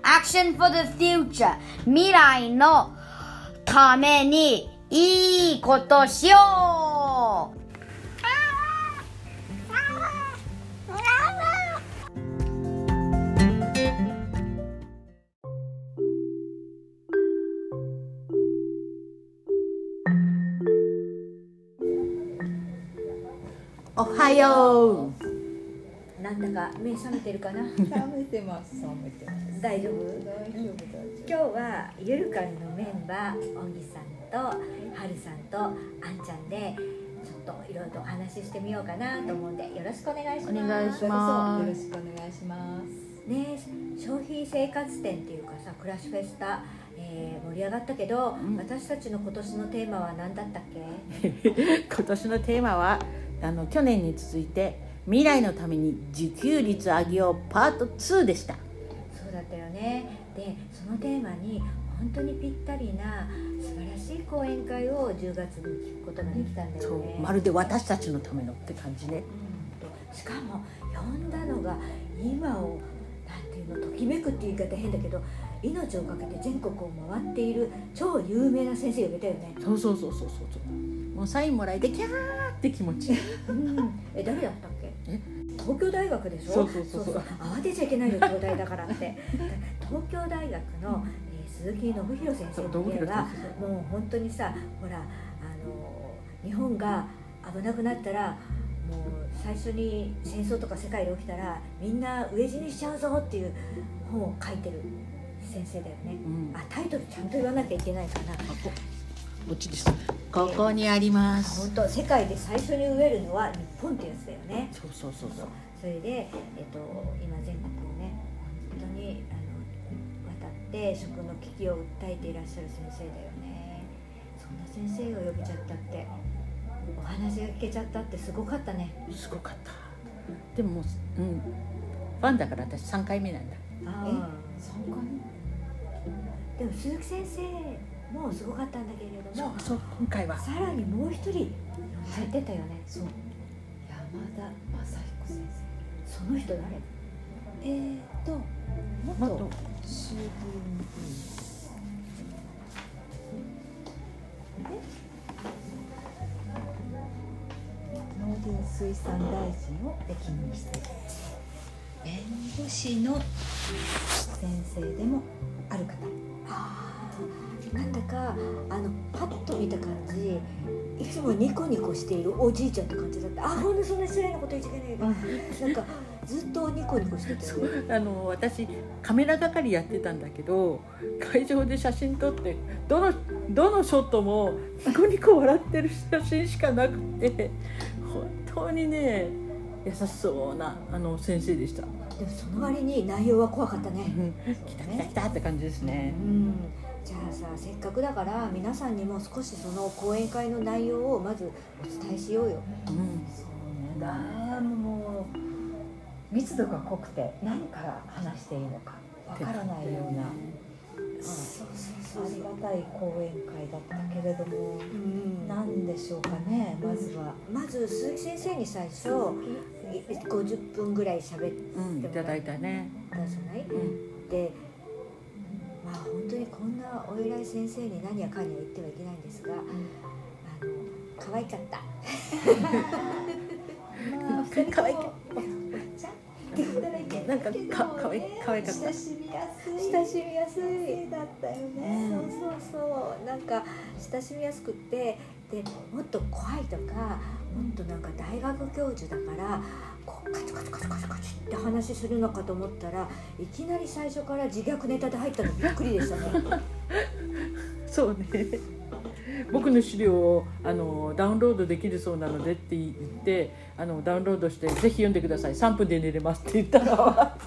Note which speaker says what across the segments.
Speaker 1: Action for the future 未来のためにいいことしよう。
Speaker 2: おはよう。
Speaker 3: なんだか目覚めてるかな。
Speaker 4: 覚めてます。
Speaker 3: 大丈夫？
Speaker 4: 大丈夫。
Speaker 3: 今日はゆるかんのメンバー、小木さんとはるさんとあんちゃんでちょっといろいろとお話ししてみようかなと思うんで、よろしくお願いします。
Speaker 2: お願いします。
Speaker 4: よろしくお願いします。
Speaker 3: ね、消費生活展っていうかさ、暮らしフェスタ、盛り上がったけど、私たちの今年のテーマは何だったっけ？
Speaker 2: 今年のテーマは去年に続いて未来のために自給率上げようパート2でした。
Speaker 3: そうだったよね。でそのテーマに本当にぴったりな素晴らしい講演会を10月に聞くことができたんだよね。
Speaker 2: そう、まるで私たちのためのって感じね。
Speaker 3: しかも呼んだのが今をなんていうの、ときめくっていう言い方変だけど、命をかけて全国を回っている超有名な先生呼べたよね。
Speaker 2: そう。もうサインもらえてキャーって気持ち。
Speaker 3: 誰だったっけ？東京大学でしょ。
Speaker 2: そう
Speaker 3: 慌てちゃいけないよ、東大だからって東京大学の、鈴木信弘先生の家はもう本当にさ、ほら日本が危なくなったらもう最初に戦争とか世界で起きたらみんな飢え死にしちゃうぞっていう本を書いてる先生だよね。タイトルちゃんと言わなきゃいけないかな。
Speaker 2: こっちです。ここにあります。
Speaker 3: 本当、世界で最初に植えるのは日本ってやつだよね。
Speaker 2: そう。
Speaker 3: それで、今全国をね本当に渡って食の危機を訴えていらっしゃる先生だよね。そんな先生を呼べちゃったって、お話が聞けちゃったってすごかったね。
Speaker 2: すごかった。でもファンだから私3回目なんだ。
Speaker 4: 3回？
Speaker 3: でも鈴木先生もうすごかったんだけれども、
Speaker 2: そう今回は
Speaker 3: さらにもう一人呼んじゃってたよね。
Speaker 4: そう、山田雅彦先
Speaker 3: 生。その人誰？
Speaker 4: 元衆議院議員農林水産大臣を歴任している弁護士の先生でもある方。
Speaker 3: なんだかパッと見た感じ、いつもニコニコしているおじいちゃんって感じだった。ほんとそんな失礼なこと言っちゃいけないけど、なんかずっとニコニコしてたよね。
Speaker 2: 私カメラ係やってたんだけど、会場で写真撮ってどのショットもニコニコ笑ってる写真しかなくて、本当にね優しそうな先生でした。
Speaker 3: でもその割に内容は怖かったね。
Speaker 2: 来たって感じですね。
Speaker 3: じゃあさ、せっかくだから皆さんにも少しその講演会の内容をまずお伝えしようよ。
Speaker 4: そうね。もう密度が濃くて何から話していいのかわからないような、ありがたい講演会だったけれども、何でしょうかね。
Speaker 3: まず鈴木先生に最初50分ぐらい喋って
Speaker 2: いただいたね。
Speaker 3: じゃない？で本当にこんなお偉い先生に何やかんや言ってはいけないんですが、可愛かった。
Speaker 4: 可愛かった。
Speaker 2: なんか可愛かった。
Speaker 3: 親しみやすいだったよね。そうなんか親しみやすくって、でもっと怖いとか、もっとなんか大学教授だからこうカチカチって話するのかと思ったら、いきなり最初から自虐ネタで入ったのびっくりでしたね。
Speaker 2: そうね。僕の資料をダウンロードできるそうなのでって言ってダウンロードしてぜひ読んでください、3分で寝れますって言ったら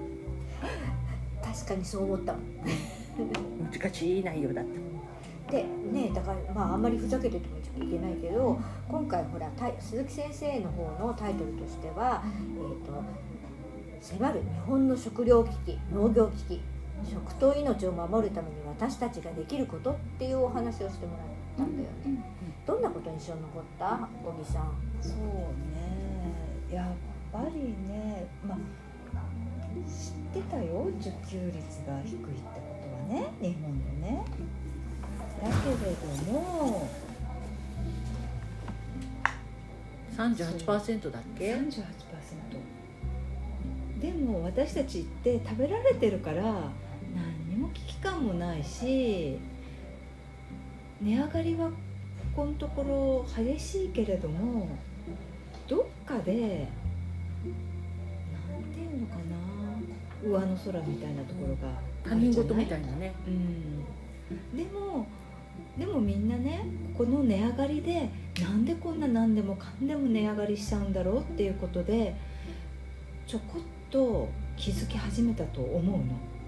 Speaker 3: 確かにそう思ったもん。
Speaker 2: 難しい内容だった。
Speaker 3: でね、だからあんまりふざけててもいけないけど、今回ほら鈴木先生の方のタイトルとしては、迫る日本の食糧危機、農業危機、食と命を守るために私たちができることっていうお話をしてもらったんだよね。どんなことに印象に残った？小木さん。
Speaker 4: そうね、やっぱりね、 知ってたよ、受給率が低いってことはね、日本でね。だけれども
Speaker 2: 38% だっけ？
Speaker 4: 38%。でも私たちって食べられてるから何にも危機感もないし、値上がりはここのところ激しいけれども、どっかでなんていうのかな、上の空みたいなところが
Speaker 2: 他人事みたいなね。
Speaker 4: でもみんなね、この値上がりでなんでこんな何でもかんでも値上がりしちゃうんだろうっていうことでちょこっと気づき始めたと思うの。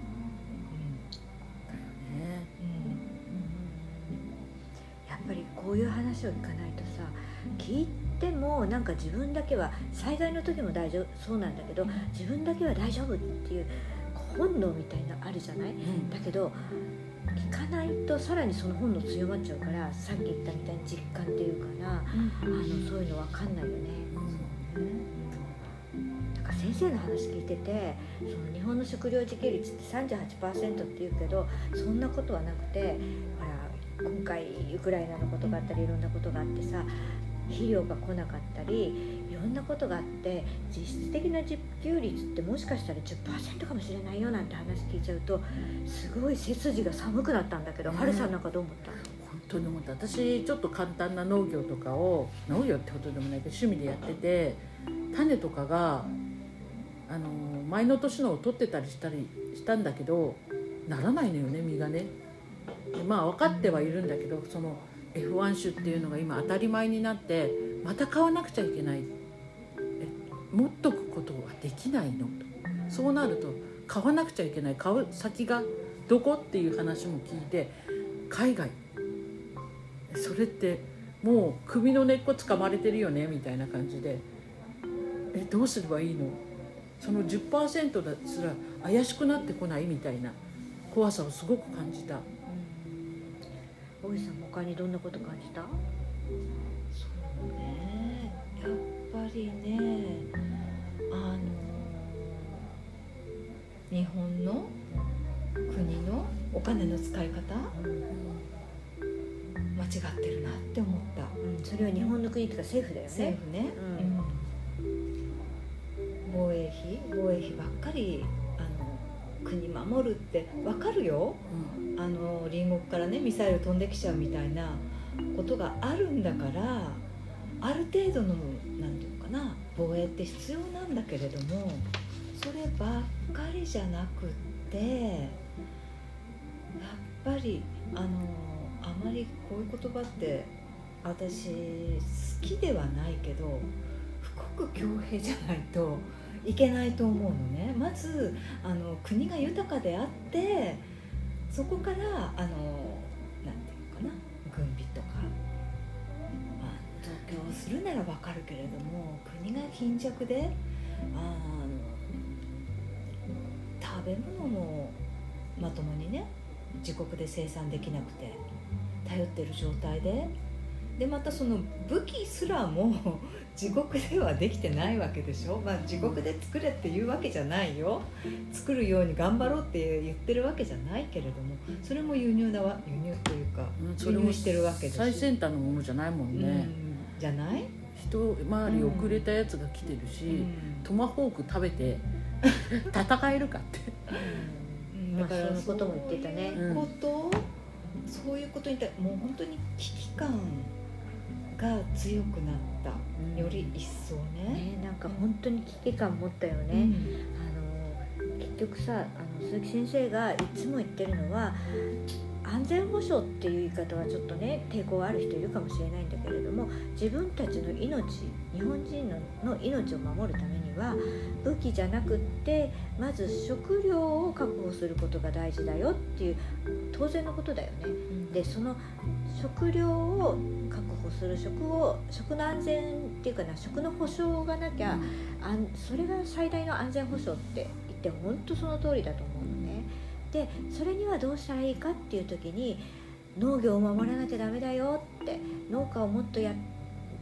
Speaker 3: やっぱりこういう話を聞かないとさ、聞いてもなんか自分だけは災害の時も大丈夫そうなんだけど、自分だけは大丈夫っていう本能みたいなのあるじゃない、だけど聞かないとさらにその本能強まっちゃうから、さっき言ったみたいに実感っていうかな、そういうの分かんないよね。なんか先生の話聞いてて、その日本の食料自給率って 38% って言うけど、そんなことはなくて、ほら今回ウクライナのことがあったりいろんなことがあってさ、肥料が来なかったりいろんなことがあって、実質的な自給率ってもしかしたら 10% かもしれないよなんて話聞いちゃうと、すごい背筋が寒くなったんだけど、はるさんなんかどう思った？
Speaker 2: 本当に思った。私ちょっと簡単な農業とかを、農業ってことでもないけど趣味でやってて、種とかが前の年のを取ってたりしたんだけど、ならないのよね、実がね。まあ分かってはいるんだけど、そのF1 種っていうのが今当たり前になって、また買わなくちゃいけない、持っとくことはできないのと。そうなると買わなくちゃいけない、買う先がどこっていう話も聞いて、海外、それってもう首の根っこ掴まれてるよねみたいな感じで、どうすればいいの、その 10% ですら怪しくなってこないみたいな怖さをすごく感じた。
Speaker 3: 大井さん他にどんなこと感じた？
Speaker 4: そうね、やっぱりね、日本の国のお金の使い方、間違ってるなって思った。
Speaker 3: それは日本の国というか政府だよね。
Speaker 4: 政府ね、防衛費ばっかり国守るって分かるよ、隣国からねミサイル飛んできちゃうみたいなことがあるんだから、ある程度のなんていうのかな、防衛って必要なんだけれども、そればっかりじゃなくってやっぱりあまりこういう言葉って私好きではないけど、富国強兵じゃないといけないと思うのね。まず国が豊かであって、そこからなんていうのかな、軍備とか増強するならわかるけれども、国が貧弱で食べ物もまともにね自国で生産できなくて頼ってる状態でまたその武器すらも自国ではできてないわけでしょ。自国で作れっていうわけじゃないよ、作るように頑張ろうって言ってるわけじゃないけれども、それも輸入というか輸入してるわけでしょ。
Speaker 2: 最先端のものじゃないもんね、
Speaker 4: じゃない？
Speaker 2: 一回り遅れたやつが来てるし、トマホーク食べて戦えるかって
Speaker 3: だからそのことも言ってたね、
Speaker 4: そういうことに対してもう本当に危機感が強くなった、より一層ね。
Speaker 3: なんか本当に危機感持ったよね、結局さ、鈴木先生がいつも言ってるのは、安全保障っていう言い方はちょっとね抵抗ある人いるかもしれないんだけれども、自分たちの命、日本人の命を守るためには武器じゃなくってまず食料を確保することが大事だよっていう当然のことだよね、でその食料を確保する、食の安全っていうかな、食の保障がなきゃ、それが最大の安全保障って言って本当その通りだと思うのね。でそれにはどうしたらいいかっていう時に、農業を守らなきゃダメだよって、農家をもっと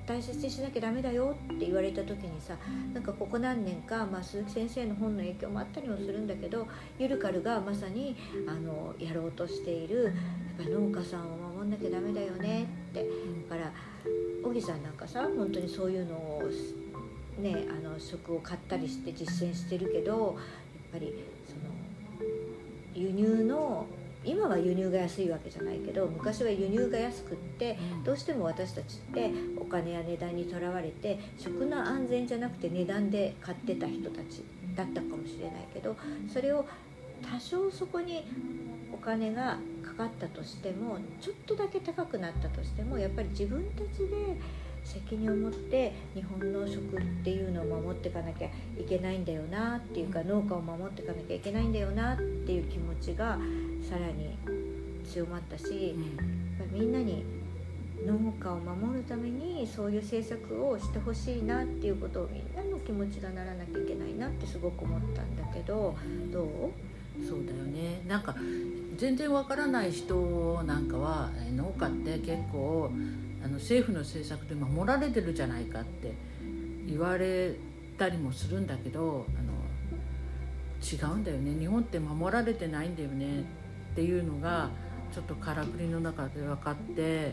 Speaker 3: 大切にしなきゃダメだよって言われた時にさ、なんかここ何年か、鈴木先生の本の影響もあったりもするんだけど、ユルカルがまさにやろうとしている、やっぱり農家さんを守んなきゃダメだよねって。だから小木さんなんかさ、本当にそういうのをね、食を買ったりして実践してるけど、やっぱりその輸入の、今は輸入が安いわけじゃないけど、昔は輸入が安くって、どうしても私たちってお金や値段にとらわれて、食の安全じゃなくて値段で買ってた人たちだったかもしれないけど、それを多少そこにお金がかかったとしても、ちょっとだけ高くなったとしても、やっぱり自分たちで責任を持って日本の食っていうのを守っていかなきゃいけないんだよなっていうか、農家を守っていかなきゃいけないんだよなっていう気持ちがさらに強まったし、やっぱりみんなに農家を守るためにそういう政策をしてほしいなっていうことを、みんなの気持ちがならなきゃいけないなってすごく思ったんだけど、どう？
Speaker 2: そうだよね。なんか全然わからない人なんかは、農家って結構政府の政策で守られてるじゃないかって言われたりもするんだけど、違うんだよね。日本って守られてないんだよねっていうのがちょっとからくりの中で分かって、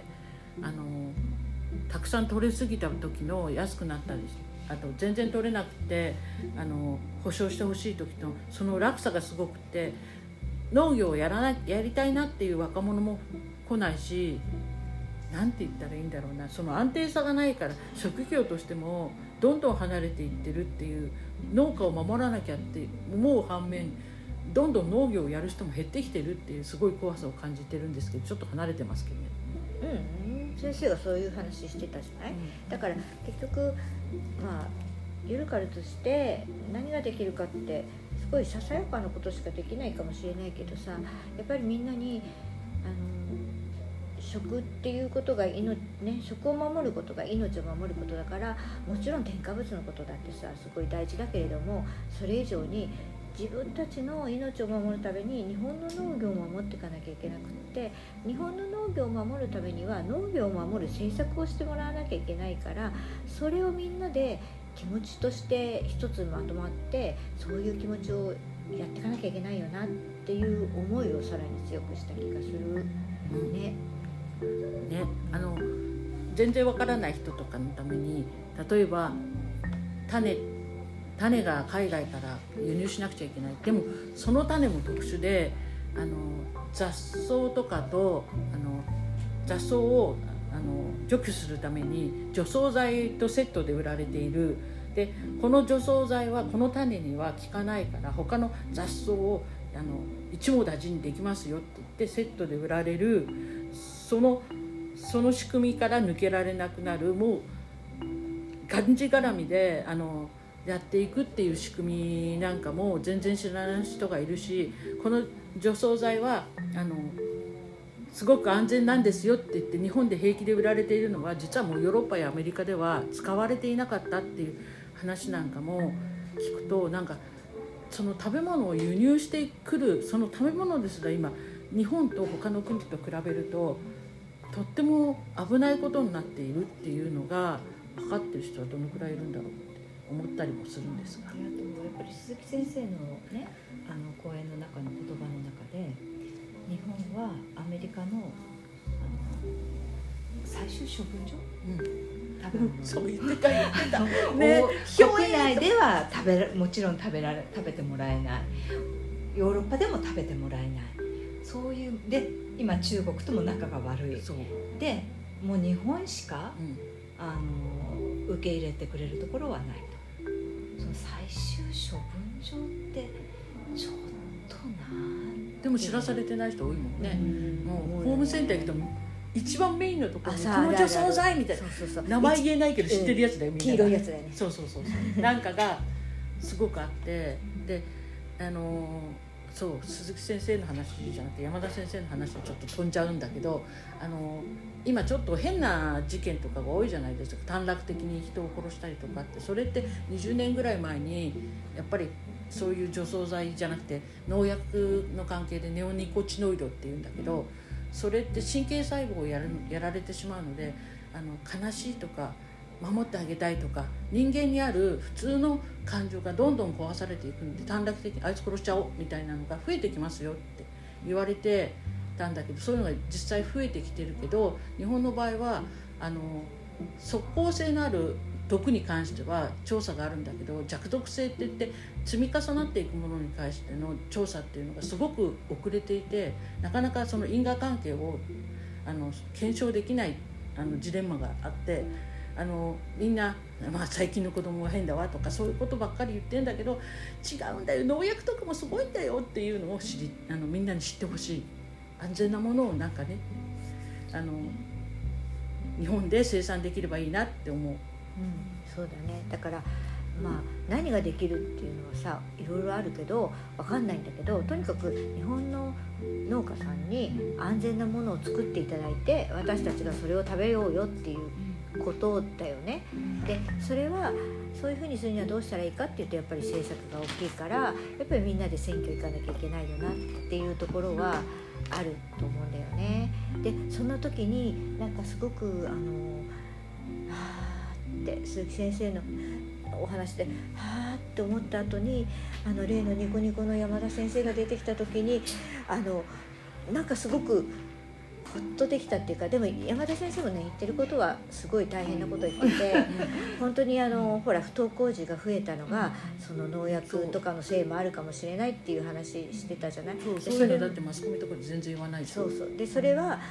Speaker 2: たくさん取れすぎた時の安くなったり、あと全然取れなくて保証してほしい時のその落差がすごくて、農業をやりたいなっていう若者も来ないし、なんて言ったらいいんだろうな、その安定さがないから職業としてもどんどん離れていってるっていう、農家を守らなきゃって思う反面、どんどん農業をやる人も減ってきてるっていうすごい怖さを感じてるんですけど、ちょっと離れてますけどね。
Speaker 3: 先生がそういう話してたじゃない、だから結局ユルカルとして何ができるかって、すごいささやかなことしかできないかもしれないけどさ、やっぱりみんなに食っていうことが食を守ることが命を守ることだから、もちろん添加物のことだってさすごい大事だけれども、それ以上に自分たちの命を守るために日本の農業を守っていかなきゃいけなくって、日本の農業を守るためには農業を守る政策をしてもらわなきゃいけないから、それをみんなで気持ちとして一つまとまって、そういう気持ちをやっていかなきゃいけないよなっていう思いをさらに強くした気がするね。
Speaker 2: 全然わからない人とかのために、例えば種が海外から輸入しなくちゃいけない。でもその種も特殊で、雑草とかと雑草を除去するために除草剤とセットで売られている。でこの除草剤はこの種には効かないから、他の雑草を一網打尽にできますよって言ってセットで売られる、その仕組みから抜けられなくなる、もうがんじがらみでやっていくっていう仕組みなんかも全然知らない人がいるし、この除草剤はすごく安全なんですよって言って日本で平気で売られているのは、実はもうヨーロッパやアメリカでは使われていなかったっていう話なんかも聞くと、なんかその食べ物を輸入してくるその食べ物ですら今日本と他の国と比べるととっても危ないことになっているっていうのが分かってる人はどのくらいいるんだろうって思ったりもするんですが、
Speaker 4: あとやっぱり鈴木先生のね、講演の中の言葉の中で、日本はアメリカの最終処分所、多分
Speaker 2: そう言ってた
Speaker 4: ね、国内ではもちろん食べてもらえない、ヨーロッパでも食べてもらえない、そういうで今中国とも仲が悪いで、もう日本しか、受け入れてくれるところはないと。その最終処分場ってちょっと
Speaker 2: でも知らされてない人多いもんね。もうホームセンター行くと一番メインのところにこの除草剤みたいな、名前言えないけど知ってるやつだよ、みんな
Speaker 3: 黄色いやつだよね。
Speaker 2: そうなんかがすごくあって、でそう鈴木先生の話じゃなくて山田先生の話とちょっと飛んじゃうんだけど、今ちょっと変な事件とかが多いじゃないですか。短絡的に人を殺したりとかって、それって20年ぐらい前にやっぱりそういう除草剤じゃなくて農薬の関係でネオニコチノイドっていうんだけど、それって神経細胞をやられてしまうので、悲しいとか守ってあげたいとか、人間にある普通の感情がどんどん壊されていくんで、短絡的にあいつ殺しちゃおうみたいなのが増えてきますよって言われてたんだけど、そういうのが実際増えてきてるけど、日本の場合は即効性のある毒に関しては調査があるんだけど、弱毒性って言って積み重なっていくものに対しての調査っていうのがすごく遅れていて、なかなかその因果関係を検証できないジレンマがあって、みんな、最近の子供は変だわとかそういうことばっかり言ってんだけど、違うんだよ、農薬とかもすごいんだよっていうのをみんなに知ってほしい。安全なものをなんかね、日本で生産できればいいなって思う。
Speaker 3: そうだね。だから何ができるっていうのはさ、いろいろあるけど分かんないんだけど、とにかく日本の農家さんに安全なものを作っていただいて、私たちがそれを食べようよっていうことだよね。でそれはそういうふうにするにはどうしたらいいかっていうと、やっぱり政策が大きいから、やっぱりみんなで選挙行かなきゃいけないよなっていうところはあると思うんだよね。でそんな時になんかすごくって鈴木先生のお話ではーって思った後に、例のニコニコの山田先生が出てきた時になんかすごくほっとできたっていうか、でも山田先生もね、言ってることはすごい大変なこと言ってて本当にほら不登校児が増えたのがその農薬とかのせいもあるかもしれないっていう話してたじゃない。
Speaker 2: そういうのだってマスコミとかで全然言わないし、
Speaker 3: そうでそれは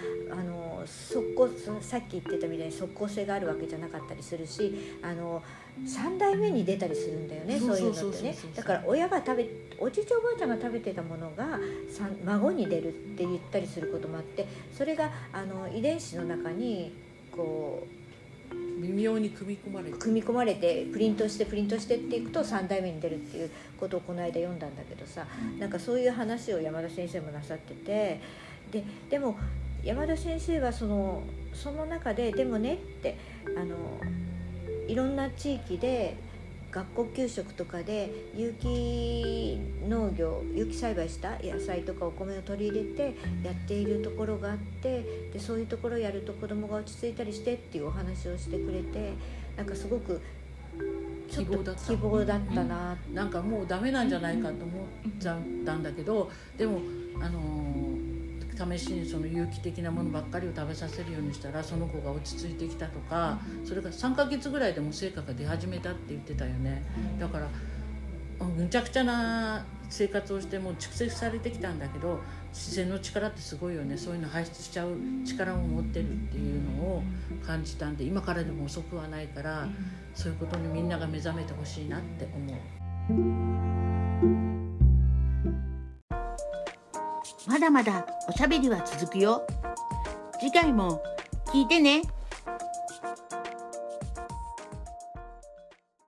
Speaker 3: さっき言ってたみたいに即効性があるわけじゃなかったりするし、3代目に出たりするんだよね、そういうのってね。だからおじいちゃんおばあちゃんが食べてたものが孫に出るって言ったりすることもあって、それが遺伝子の中にこう
Speaker 2: 微妙に組み込
Speaker 3: まれてプリントしてっていくと3代目に出るっていうことをこの間読んだんだけどさ、なんかそういう話を山田先生もなさってて、でも山田先生はその中ででもねっていろんな地域で学校給食とかで有機栽培した野菜とかお米を取り入れてやっているところがあって、でそういうところをやると子どもが落ち着いたりしてっていうお話をしてくれて、なんかすごくちょっと希望だったな、
Speaker 2: なんかもうダメなんじゃないかと思っちゃったんだけど、でも試しにその有機的なものばっかりを食べさせるようにしたら、その子が落ち着いてきたとか、それが3ヶ月ぐらいでも成果が出始めたって言ってたよね。だからむちゃくちゃな生活をしても蓄積されてきたんだけど、自然の力ってすごいよね。そういうの排出しちゃう力も持ってるっていうのを感じたんで、今からでも遅くはないから、そういうことにみんなが目覚めてほしいなって思う。
Speaker 5: まだまだおしゃべりは続くよ。次回も聞いてね。